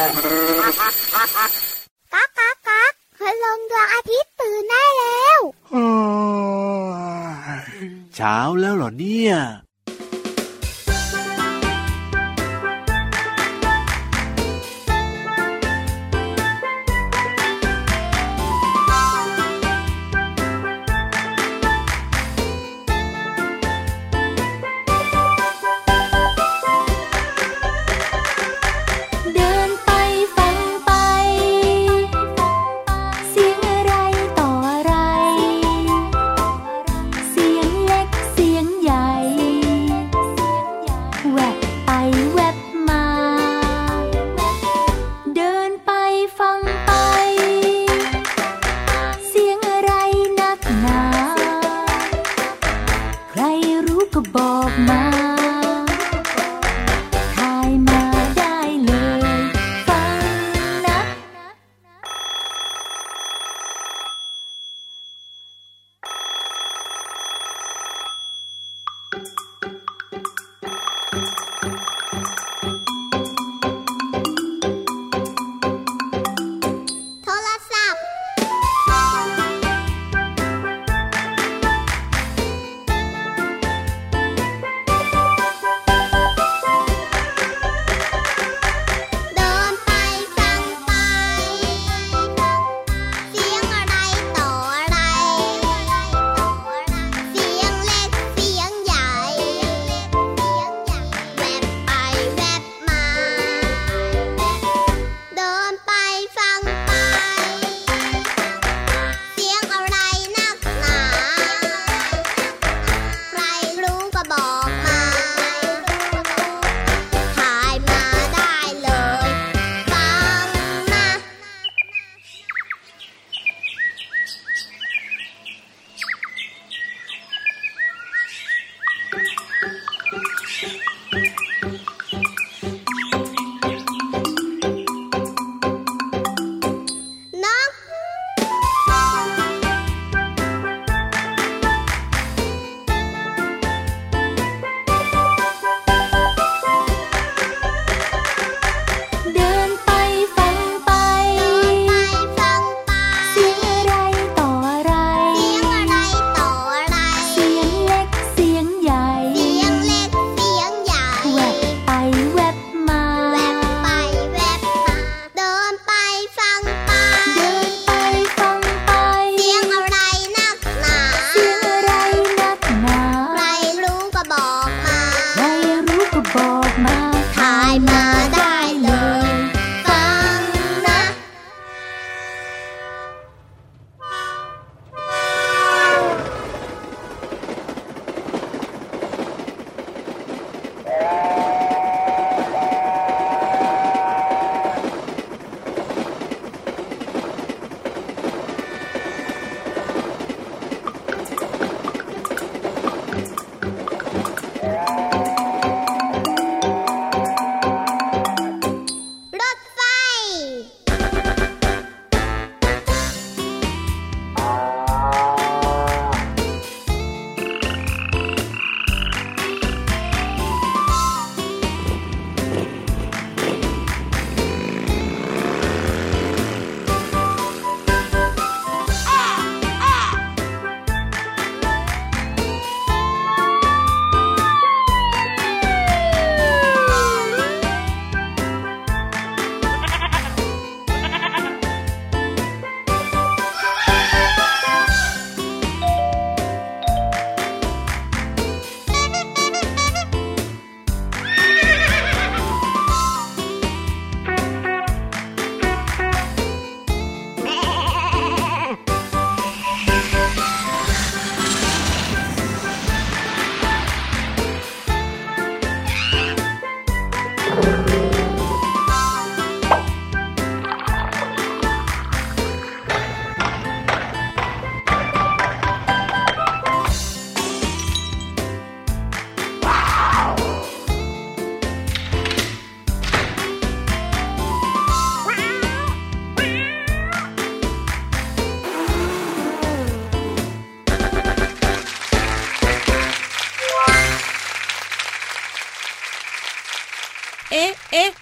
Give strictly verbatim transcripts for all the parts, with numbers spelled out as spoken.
ก๊ากก๊ากก๊ากพลังดวงอาทิตย์ตื่นได้แล้วเช้าแล้วเหรอเนี่ยเสียงใหญ่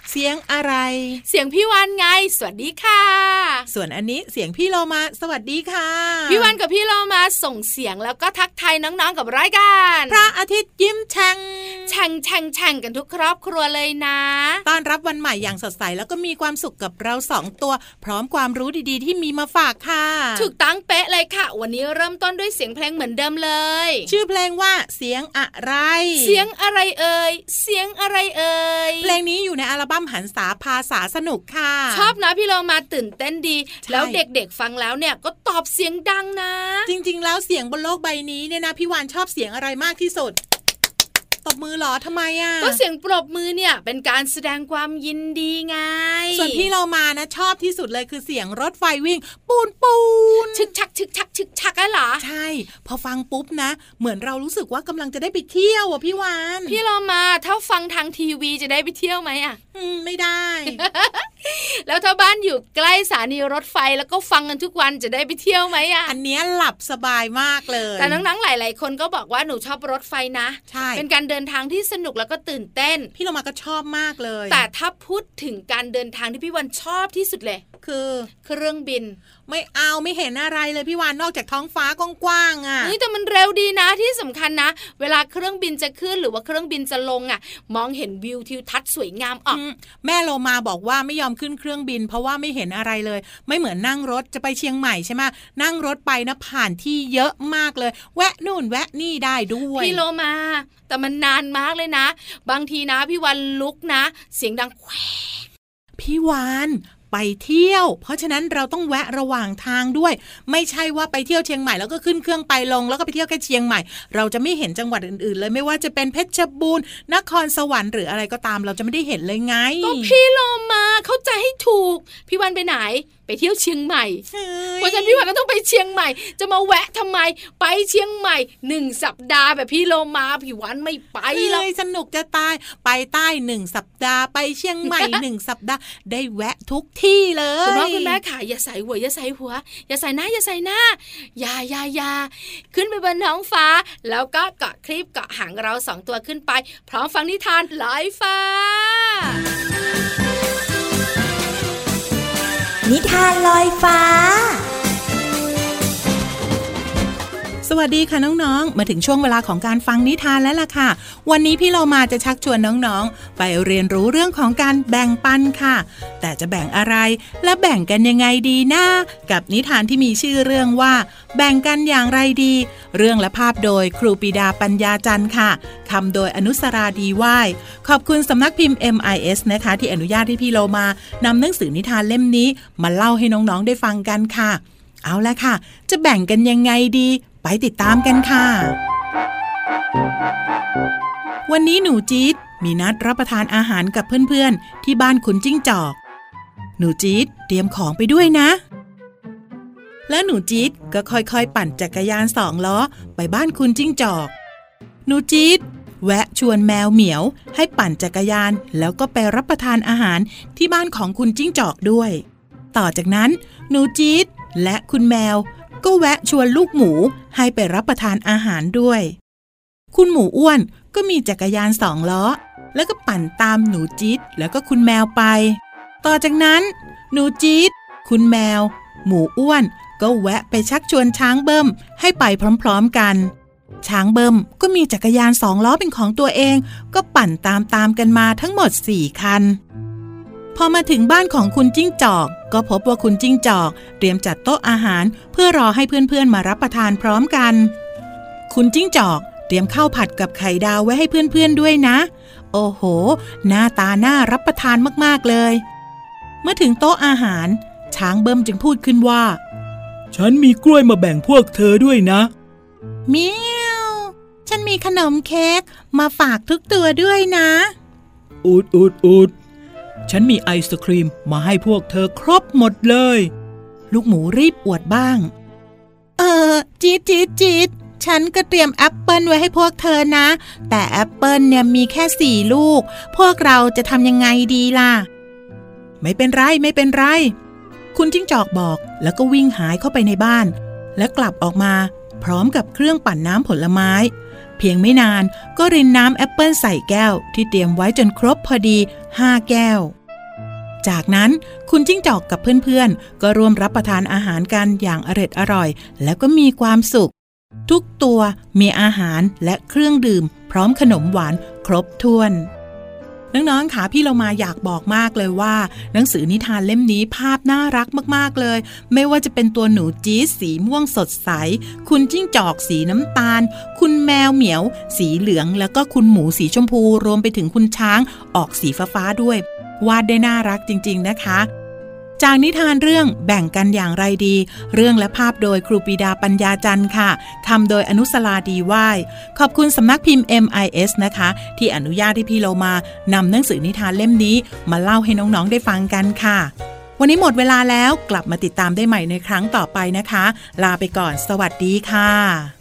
เสียงอะไรเสียงพี่วานไงสวัสดีค่ะส่วนอันนี้เสียงพี่โลมาสวัสดีค่ะพี่วานกับพี่โลมาส่งเสียงแล้วก็ทักทายน้องๆกับรายการพระอาทิตย์ยิ้มแฉ่งแฉ่งแฉ่งแฉ่งกันทุกครอบครัวเลยนะต้อนรับวันใหม่อย่างสดใสแล้วก็มีความสุขกับเราสองตัวพร้อมความรู้ดีๆที่มีมาฝากค่ะถูกตั้งเป๊ะเลยค่ะวันนี้เริ่มต้นด้วยเสียงเพลงเหมือนเดิมเลยชื่อเพลงว่าเสียงอะไรเสียงอะไรเอ่ยเสียงอะไรเอ่ยเพลงนี้อยู่ในอัลบั้มหันษาภาษาสนุกค่ะชอบนะพี่เรามาตื่นเต้นดีแล้วเด็กๆฟังแล้วเนี่ยก็ตอบเสียงดังนะจริงๆแล้วเสียงบนโลกใบนี้เนี่ยนะพี่วานชอบเสียงอะไรมากที่สุดตบมือหรอทำไมอ่ะก็เสียงปรบมือเนี่ยเป็นการแสดงความยินดีไงส่วนพี่เรามานะชอบที่สุดเลยคือเสียงรถไฟวิ่งปูนปูนชึกชักชึกชักชึกชักอะเหรอใช่พอฟังปุ๊บนะเหมือนเรารู้สึกว่ากำลังจะได้ไปเที่ยวอ่ะพี่วานพี่เรามาถ้าฟังทางทีวีจะได้ไปเที่ยวไหมอ่ะอืมไม่ได้แล้วถ้าบ้านอยู่ใกล้สถานีรถไฟแล้วก็ฟังกันทุกวันจะได้ไปเที่ยวไหมอ่ะอันนี้หลับสบายมากเลยแต่น้องๆหลายๆคนก็บอกว่าหนูชอบรถไฟนะใช่เป็นการเดินทางที่สนุกแล้วก็ตื่นเต้นพี่เรามาก็ชอบมากเลยแต่ถ้าพูดถึงการเดินทางที่พี่วันชอบที่สุดเลยคือเครื่องบินไม่เอาไม่เห็นอะไรเลยพี่วานนอกจากท้องฟ้ากว้างๆอ่ะนี่แต่มันเร็วดีนะที่สำคัญนะเวลาเครื่องบินจะขึ้นหรือว่าเครื่องบินจะลงอ่ะมองเห็นวิวทิวทัศน์สวยงามออกแม่โลมาบอกว่าไม่ยอมขึ้นเครื่องบินเพราะว่าไม่เห็นอะไรเลยไม่เหมือนนั่งรถจะไปเชียงใหม่ใช่ไหมนั่งรถไปนะผ่านที่เยอะมากเลยแวะนู่นแวะนี่ได้ด้วยพี่โลมาแต่มันนานมากเลยนะบางทีนะพี่วันลุกนะเสียงดังแควพี่วานไปเที่ยวเพราะฉะนั้นเราต้องแวะระหว่างทางด้วยไม่ใช่ว่าไปเที่ยวเชียงใหม่แล้วก็ขึ้นเครื่องไปลงแล้วก็ไปเที่ยวแค่เชียงใหม่เราจะไม่เห็นจังหวัดอื่นๆเลยไม่ว่าจะเป็นเพชรบูรณ์นครสวรรค์หรืออะไรก็ตามเราจะไม่ได้เห็นเลยไงก็พี่โลมาเข้าใจให้ถูกพี่วันไปไหนไปเที่ยวเชียงใหม่เพราะฉะนั้นพี่วันก็ต้องไปเชียงใหม่จะมาแวะทำไมไปเชียงใหม่หนึ่งสัปดาห์แบบพี่โลมาพี่วันไม่ไปเลยสนุกจะตายไปใต้หนึ่งสัปดาห์ไปเชียงใหม่หนึ่งสัปดาห์ได้แวะทุกที่เลยคุณพ่อคุณแม่ค่ะอย่าใส่หัวอย่าใส่หัวอย่าใส่หน้าอย่าใส่หน้าอย่าอย่าอย่าขึ้นไปบนท้องฟ้าแล้วก็เกาะคลิปเกาะหางเราสองตัวขึ้นไปพร้อมฟังนิทานลอยฟ้านิทานลอยฟ้าสวัสดีค่ะน้องๆมาถึงช่วงเวลาของการฟังนิทานแล้วล่ะค่ะวันนี้พี่เรามาจะชักชวนน้องๆไปเรียนรู้เรื่องของการแบ่งปันค่ะแต่จะแบ่งอะไรและแบ่งกันยังไงดีนะกับนิทานที่มีชื่อเรื่องว่าแบ่งกันอย่างไรดีเรื่องและภาพโดยครูปีดาปัญญาจันทร์ค่ะคำโดยอนุสราดีว่ายขอบคุณสำนักพิมพ์ เอ็ม ไอ เอส นะคะที่อนุญาตให้พี่เรามานำหนังสือนิทานเล่มนี้มาเล่าให้น้องๆได้ฟังกันค่ะเอาละค่ะจะแบ่งกันยังไงดีไปติดตามกันค่ะวันนี้หนูจี๊ดมีนัดรับประทานอาหารกับเพื่อนๆที่บ้านคุณจิ้งจอกหนูจี๊ดเตรียมของไปด้วยนะแล้วหนูจี๊ดก็ค่อยๆปั่นจักรยานสองล้อไปบ้านคุณจิ้งจอกหนูจี๊ดแวะชวนแมวเหมียวให้ปั่นจักรยานแล้วก็ไปรับประทานอาหารที่บ้านของคุณจิ้งจอกด้วยต่อจากนั้นหนูจี๊ดและคุณแมวก็แวะชวนลูกหมูให้ไปรับประทานอาหารด้วยคุณหมูอ้วนก็มีจักรยานสองล้อแล้วก็ปั่นตามหนูจี๊ดแล้วก็คุณแมวไปต่อจากนั้นหนูจี๊ดคุณแมวหมูอ้วนก็แวะไปชักชวนช้างเบิ้มให้ไปพร้อมๆกันช้างเบิ้มก็มีจักรยานสองล้อเป็นของตัวเองก็ปั่นตามๆกันมาทั้งหมดสี่คันพอมาถึงบ้านของคุณจิ้งจอกก็พบว่าคุณจิ้งจอกเตรียมจัดโต๊ะอาหารเพื่อรอให้เพื่อนๆมารับประทานพร้อมกันคุณจิ้งจอกเตรียมข้าวผัดกับไข่ดาวไว้ให้เพื่อนๆด้วยนะโอ้โหหน้าตาน่ารับประทานมากๆเลยเมื่อถึงโต๊ะอาหารช้างเบิ้มจึงพูดขึ้นว่าฉันมีกล้วยมาแบ่งพวกเธอด้วยนะเมียวฉันมีขนมเค้กมาฝากทุกตัวด้วยนะอูดอูดอูดฉันมีไอศครีมมาให้พวกเธอครบหมดเลยลูกหมูรีบอวดบ้างเออจี๊ดจี๊ดจี๊ดฉันก็เตรียมแอปเปิลไว้ให้พวกเธอนะแต่แอปเปิลเนี่ยมีแค่สี่ลูกพวกเราจะทำยังไงดีล่ะไม่เป็นไรไม่เป็นไรคุณจิ้งจอกบอกแล้วก็วิ่งหายเข้าไปในบ้านและกลับออกมาพร้อมกับเครื่องปั่นน้ำผลไม้เพียงไม่นานก็รินน้ำแอปเปิลใส่แก้วที่เตรียมไว้จนครบพอดีห้าแก้วจากนั้นคุณจิ้งจอกกับเพื่อนๆก็ร่วมรับประทานอาหารกันอย่างอร็ดอร่อยแล้วก็มีความสุขทุกตัวมีอาหารและเครื่องดื่มพร้อมขนมหวานครบถ้วนน้องๆค่ะพี่เรามาอยากบอกมากเลยว่าหนังสือนิทานเล่มนี้ภาพน่ารักมากๆเลยไม่ว่าจะเป็นตัวหนูจี๊ดสีม่วงสดใสคุณจิ้งจอกสีน้ำตาลคุณแมวเหมียวสีเหลืองแล้วก็คุณหมูสีชมพูรวมไปถึงคุณช้างออกสีฟ้าๆด้วยวาดได้น่ารักจริงๆนะคะจากนิทานเรื่องแบ่งกันอย่างไรดีเรื่องและภาพโดยครูปีดาปัญญาจันทร์ค่ะทำโดยอนุสราดีว่ายขอบคุณสำนักพิมพ์ เอ็ม ไอ เอส นะคะที่อนุญาตให้พี่เรามานำหนังสือนิทานเล่มนี้มาเล่าให้น้องๆได้ฟังกันค่ะวันนี้หมดเวลาแล้วกลับมาติดตามได้ใหม่ในครั้งต่อไปนะคะลาไปก่อนสวัสดีค่ะ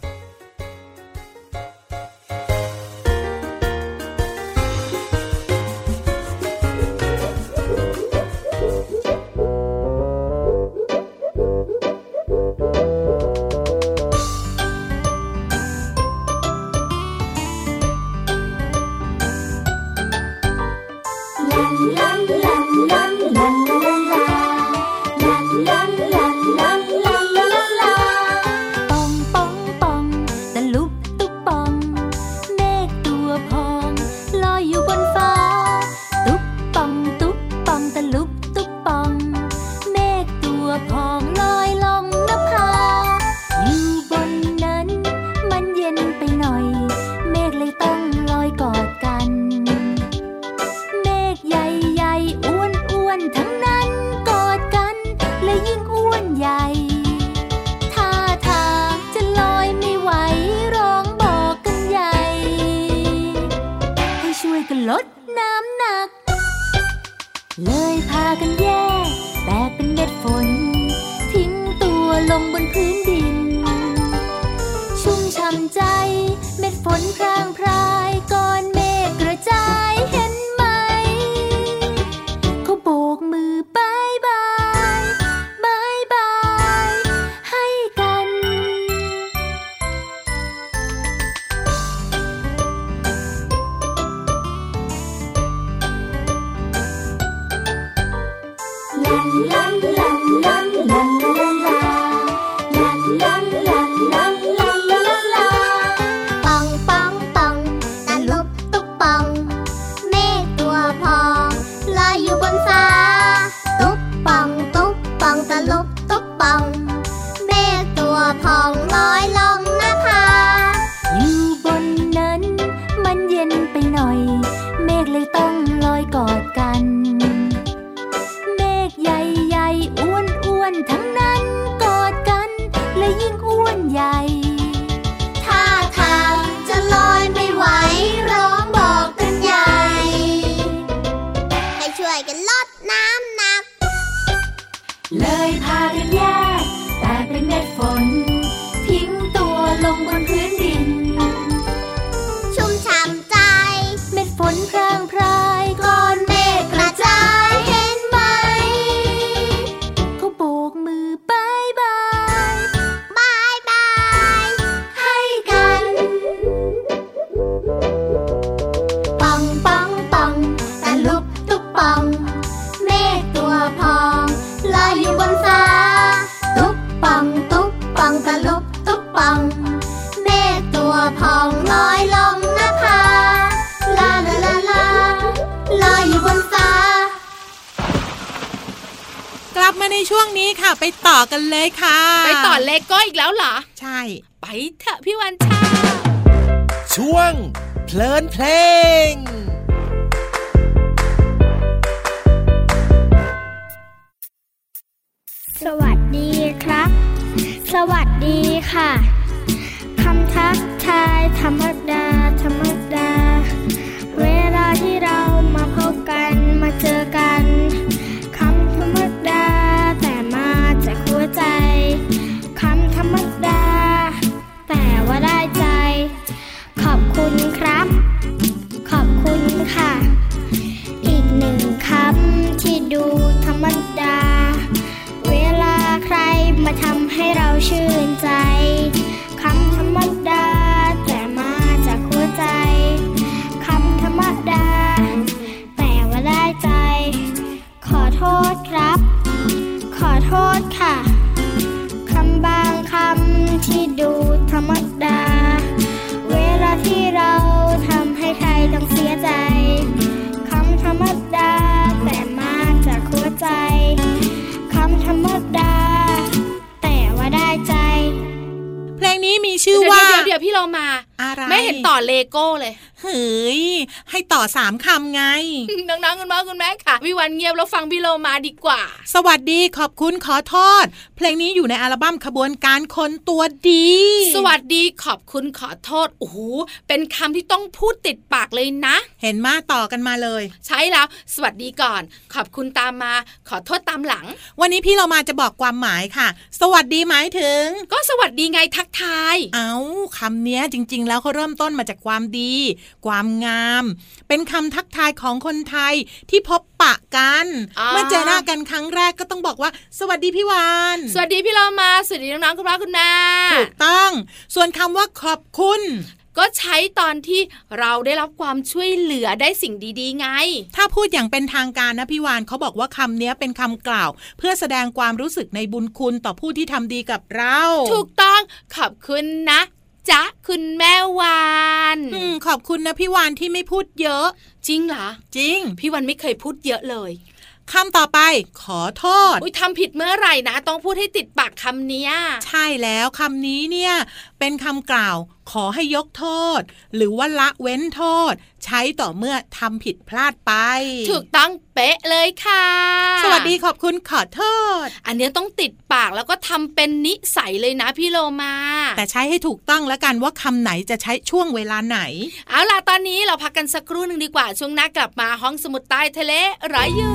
เลยพากันแยกแตกเป็นเม็ดฝนทิ้งตัวลงบนพื้นดินชุ่มช่ำใจเม็ดฝนพรางพรายก้อนเมฆกระจายเห็นไหมเขาโบกมือบายบายบายบายให้กันลันลันลันลันลันลันลันลันลันลันลันลันลันปองปองปองตะลุบตุ๊กปองเมฆตัวพองลอยอยู่บนฟ้าตุ๊กปองตุ๊กปองตะลุบตุ๊กปองเมฆตัวพองลอยลงนภาอยู่บนนั้นมันเย็นไปหน่อยเมฆเลยต้องลอยกอดกันทั้งนั้นกอดกันและยิ่งอ้วนใหญ่ท่าทางจะลอยไม่ไหวร้องบอกกันใหญ่ให้ช่วยกันลดน้ำหนักเลยพากันแยกแต่เป็นเม็ดฝนทิ้งตัวลงบนพื้นดินชุ่มฉ่ำใจเม็ดฝนพรางพรายก้อนเมฆกระจายเห็นไหมโบกมือบายบายบายบายให้กันปองปองปองตะลุบตุ๊กปองเมฆตัวพองลอยอยู่บนฟ้าตุ๊กปองตุ๊กปองตะลุบตุ๊กปองเมฆตัวพองลอยลงนภาลาลาลาลาลอยอยู่บนฟ้ากลับมาในช่วงนี้ค่ะไปต่อกันเลยค่ะไปต่อเลโก้อีกแล้วเหรอใช่ไปเถอะพี่วันชาช่วงเพลินเพลงสวัสดีครับสวัสดีค่ะคำทักทายธรรมดาธรรมดาเวลาที่เรามาพบกันมาเจอกันคำธรรมดาแต่มาจากหัวใจคำธรรมดาแต่ว่าได้ใจขอบคุณครับขอบคุณค่ะอีกหนึ่งคำที่ดูธรรมดาเวลาใครมาทำให้เราชื่นใจคำธรรมดาแต่มาจากหัวใจคำธรรมดาแต่ว่าได้ใจขอโทโทษค่ะคำบางคำที่ดูธรรมดาเวลาที่เราทำให้ใครต้องเสียใจคำธรรมดาแต่มาจากหัวใจคำธรรมดาแต่ว่าได้ใจเพลงนี้มีชื่อว่าเดี๋ยวเดี๋ยวพี่เรามาไม่เห็นต่อเลโก้เลยเฮ้ยให้ต่อสามคำไงน้องๆคุณพ่อคุณแม่ค่ะพี่วันเงียบแล้วฟังพี่เรามาดีกว่าสวัสดีขอบคุณขอโทษเพลงนี้อยู่ในอัลบั้มขบวนการคนตัวดีสวัสดีขอบคุณขอโทษโอ้โหเป็นคำที่ต้องพูดติดปากเลยนะเห็นมาต่อกันมาเลยใช่แล้วสวัสดีก่อนขอบคุณตามมาขอโทษตามหลังวันนี้พี่เรามาจะบอกความหมายค่ะสวัสดีหมายถึงก็สวัสดีไงทักทายเอ้าคำเนี้ยจริงๆแล้วเขาเริ่มต้นมาจากความดีความงามเป็นคำทักทายของคนไทยที่พบปะกันเมื่อเจอหน้ากันครั้งแรกก็ต้องบอกว่าสวัสดีพี่วานสวัสดีพี่เรามาสวัสดีน้องๆคุณพ่อคุณแม่ถูกต้องส่วนคำว่าขอบคุณก็ใช้ตอนที่เราได้รับความช่วยเหลือได้สิ่งดีๆไงถ้าพูดอย่างเป็นทางการนะพี่วานเขาบอกว่าคำนี้เป็นคำกล่าวเพื่อแสดงความรู้สึกในบุญคุณต่อผู้ที่ทำดีกับเราถูกต้องขอบคุณนะจ๊ะคุณแม่วานอืมขอบคุณนะพี่วานที่ไม่พูดเยอะจริงเหรอจริงพี่วานไม่เคยพูดเยอะเลยคำต่อไปขอโทษอุ๊ยทำผิดเมื่อไหร่นะต้องพูดให้ติดปากคำนี้ใช่แล้วคำนี้เนี่ยเป็นคำกล่าวขอให้ยกโทษหรือว่าละเว้นโทษใช้ต่อเมื่อทำผิดพลาดไปถูกต้องเป๊ะเลยค่ะสวัสดีขอบคุณขอโทษอันนี้ต้องติดปากแล้วก็ทำเป็นนิสัยเลยนะพี่โลมาแต่ใช้ให้ถูกต้องแล้วกันว่าคำไหนจะใช้ช่วงเวลาไหนเอาล่ะตอนนี้เราพักกันสักครู่นึงดีกว่าช่วงหน้ากลับมาห้องสมุดใต้ทะเลรออยู่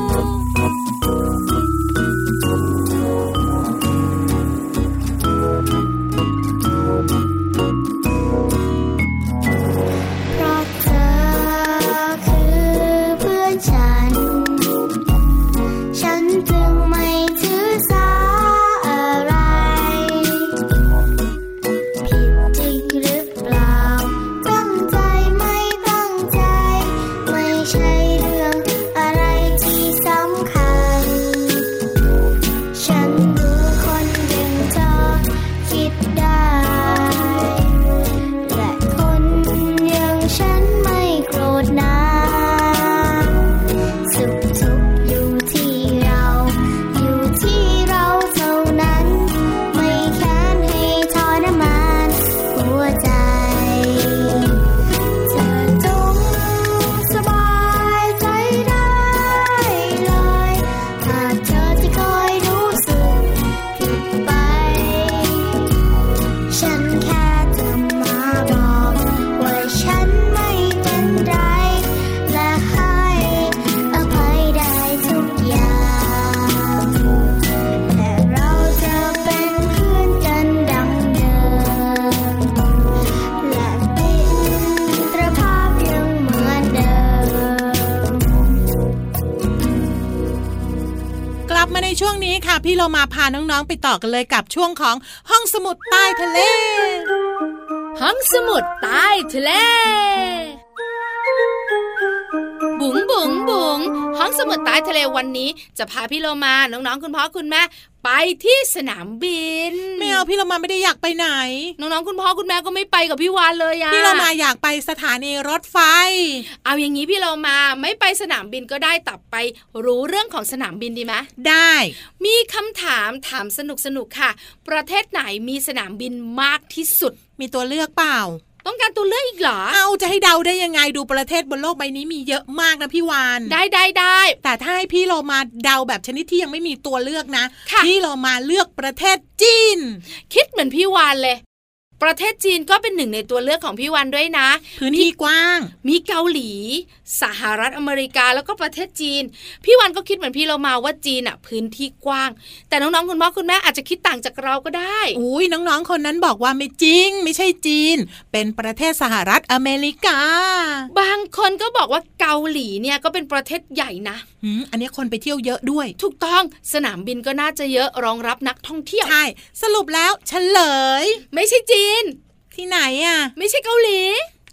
พี่เรามาพาน้องๆไปต่อกันเลยกับช่วงของห้องสมุดใต้ทะเลห้องสมุดใต้ทะเลบุ๋งบุ๋งบุ๋งห้องสมุดใต้ทะเลวันนี้จะพาพี่โลมาน้องๆคุณพ่อคุณแม่ไปที่สนามบินไม่เอาพี่โลมาไม่ได้อยากไปไหนน้องๆคุณพ่อคุณแม่ก็ไม่ไปกับพี่วานเลยอะพี่โลมาอยากไปสถานีรถไฟเอาอย่างนี้พี่โลมาไม่ไปสนามบินก็ได้แต่ไปรู้เรื่องของสนามบินดีไหมได้มีคำถามถามสนุกๆค่ะประเทศไหนมีสนามบินมากที่สุดมีตัวเลือกเปล่าต้องการตัวเลือกอีกเหรอเอาจะให้เดาได้ยังไงดูประเทศบนโลกใบนี้มีเยอะมากนะพี่วานได้ได้ได้แต่ถ้าให้พี่โลมาเดาแบบชนิดที่ยังไม่มีตัวเลือกนะพี่โลมาเลือกประเทศจีนคิดเหมือนพี่วานเลยประเทศจีนก็เป็นหนึ่งในตัวเลือกของพี่วันด้วยนะพื้นที่กว้างมีเกาหลีสหรัฐอเมริกาแล้วก็ประเทศจีนพี่วันก็คิดเหมือนพี่เรามาว่าจีนอ่ะพื้นที่กว้างแต่น้องๆคุณพ่อคุณแม่อาจจะคิดต่างจากเราก็ได้อุ้ยน้องๆคนนั้นบอกว่าไม่จริงไม่ใช่จีนเป็นประเทศสหรัฐอเมริกาบางคนก็บอกว่าเกาหลีเนี่ยก็เป็นประเทศใหญ่นะอืมอันนี้คนไปเที่ยวเยอะด้วยถูกต้องสนามบินก็น่าจะเยอะรองรับนักท่องเที่ยวใช่สรุปแล้วเฉลยไม่ใช่จีนที่ไหนอ่ะไม่ใช่เกาหลี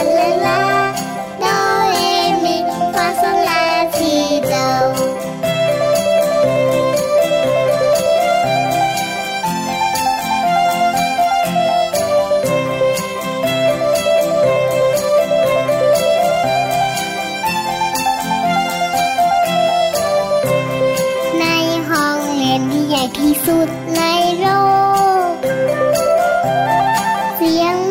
ลาลาโดเรมีฟาโซลาทีโดในห้องเรียนที่ใหญ่ที่สุดในโลกเสียง